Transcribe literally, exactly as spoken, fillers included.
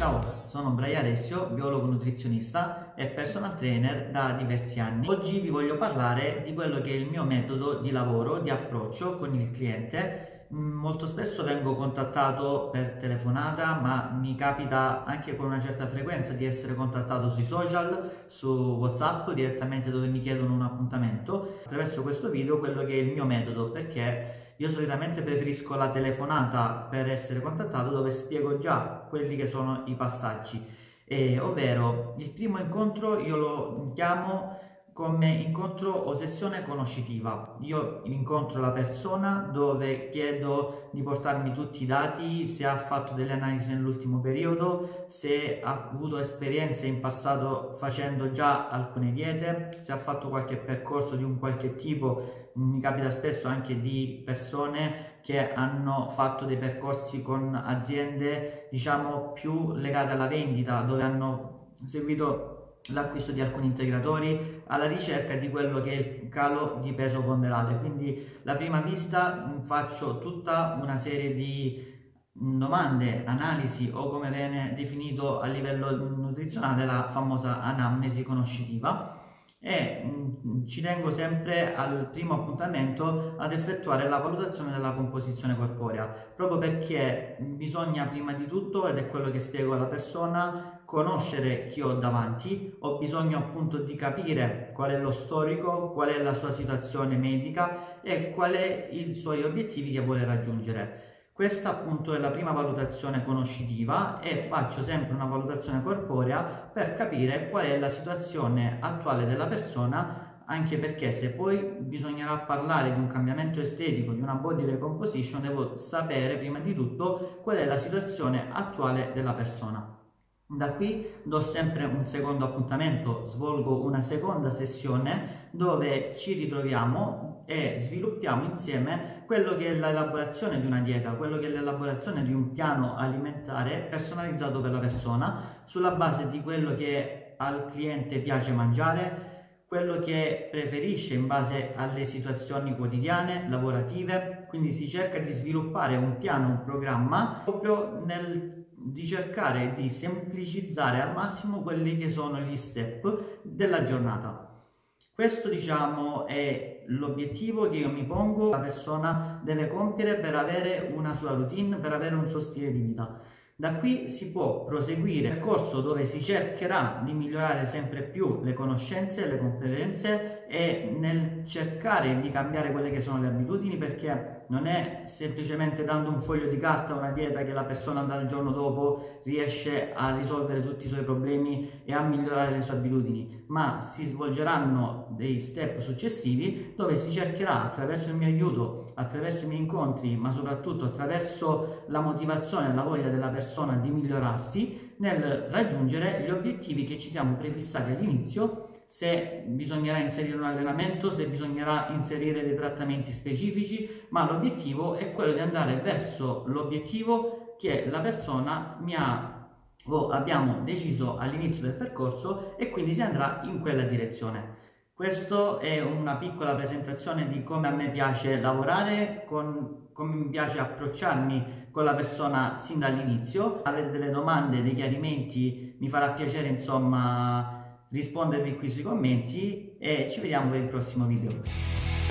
Ciao, sono Brai Alessio, biologo nutrizionista e personal trainer da diversi anni. Oggi vi voglio parlare di quello che è il mio metodo di lavoro, di approccio con il cliente. Molto spesso vengo contattato per telefonata, ma mi capita anche con una certa frequenza di essere contattato sui social, su WhatsApp, direttamente dove mi chiedono un appuntamento. Attraverso questo video quello che è il mio metodo, perché io solitamente preferisco la telefonata per essere contattato, dove spiego già quelli che sono i passaggi, eh, ovvero il primo incontro io lo chiamo come incontro o sessione conoscitiva. Io incontro la persona dove chiedo di portarmi tutti i dati, se ha fatto delle analisi nell'ultimo periodo, se ha avuto esperienze in passato facendo già alcune diete, se ha fatto qualche percorso di un qualche tipo. Mi capita spesso anche di persone che hanno fatto dei percorsi con aziende, diciamo, più legate alla vendita, dove hanno seguito l'acquisto di alcuni integratori alla ricerca di quello che è il calo di peso ponderale. Quindi la prima visita faccio tutta una serie di domande, analisi, o come viene definito a livello nutrizionale la famosa anamnesi conoscitiva, e mh, ci tengo sempre al primo appuntamento ad effettuare la valutazione della composizione corporea, proprio perché bisogna prima di tutto, ed è quello che spiego alla persona, conoscere chi ho davanti. Ho bisogno appunto di capire qual è lo storico, qual è la sua situazione medica e qual è i suoi obiettivi che vuole raggiungere. Questa appunto è la prima valutazione conoscitiva, e faccio sempre una valutazione corporea per capire qual è la situazione attuale della persona, anche perché se poi bisognerà parlare di un cambiamento estetico, di una body recomposition, devo sapere prima di tutto qual è la situazione attuale della persona. Da qui do sempre un secondo appuntamento, svolgo una seconda sessione dove ci ritroviamo e sviluppiamo insieme quello che è l'elaborazione di una dieta, quello che è l'elaborazione di un piano alimentare personalizzato per la persona, sulla base di quello che al cliente piace mangiare, quello che preferisce in base alle situazioni quotidiane, lavorative. Quindi si cerca di sviluppare un piano, un programma, proprio nel di cercare di semplicizzare al massimo quelli che sono gli step della giornata. Questo, diciamo, è l'obiettivo che io mi pongo, la persona deve compiere per avere una sua routine, per avere un suo stile di vita. Da qui si può proseguire il percorso dove si cercherà di migliorare sempre più le conoscenze, le competenze, e nel cercare di cambiare quelle che sono le abitudini, perché non è semplicemente dando un foglio di carta, una dieta, che la persona dal giorno dopo riesce a risolvere tutti i suoi problemi e a migliorare le sue abitudini, ma si svolgeranno dei step successivi dove si cercherà, attraverso il mio aiuto, attraverso i miei incontri, ma soprattutto attraverso la motivazione e la voglia della persona di migliorarsi, nel raggiungere gli obiettivi che ci siamo prefissati all'inizio. Se bisognerà inserire un allenamento, se bisognerà inserire dei trattamenti specifici, ma l'obiettivo è quello di andare verso l'obiettivo che la persona mi ha o abbiamo deciso all'inizio del percorso, e quindi si andrà in quella direzione. Questo è una piccola presentazione di come a me piace lavorare, con come mi piace approcciarmi con la persona sin dall'inizio. Avere delle domande, dei chiarimenti, mi farà piacere insomma rispondervi qui sui commenti, e ci vediamo per il prossimo video.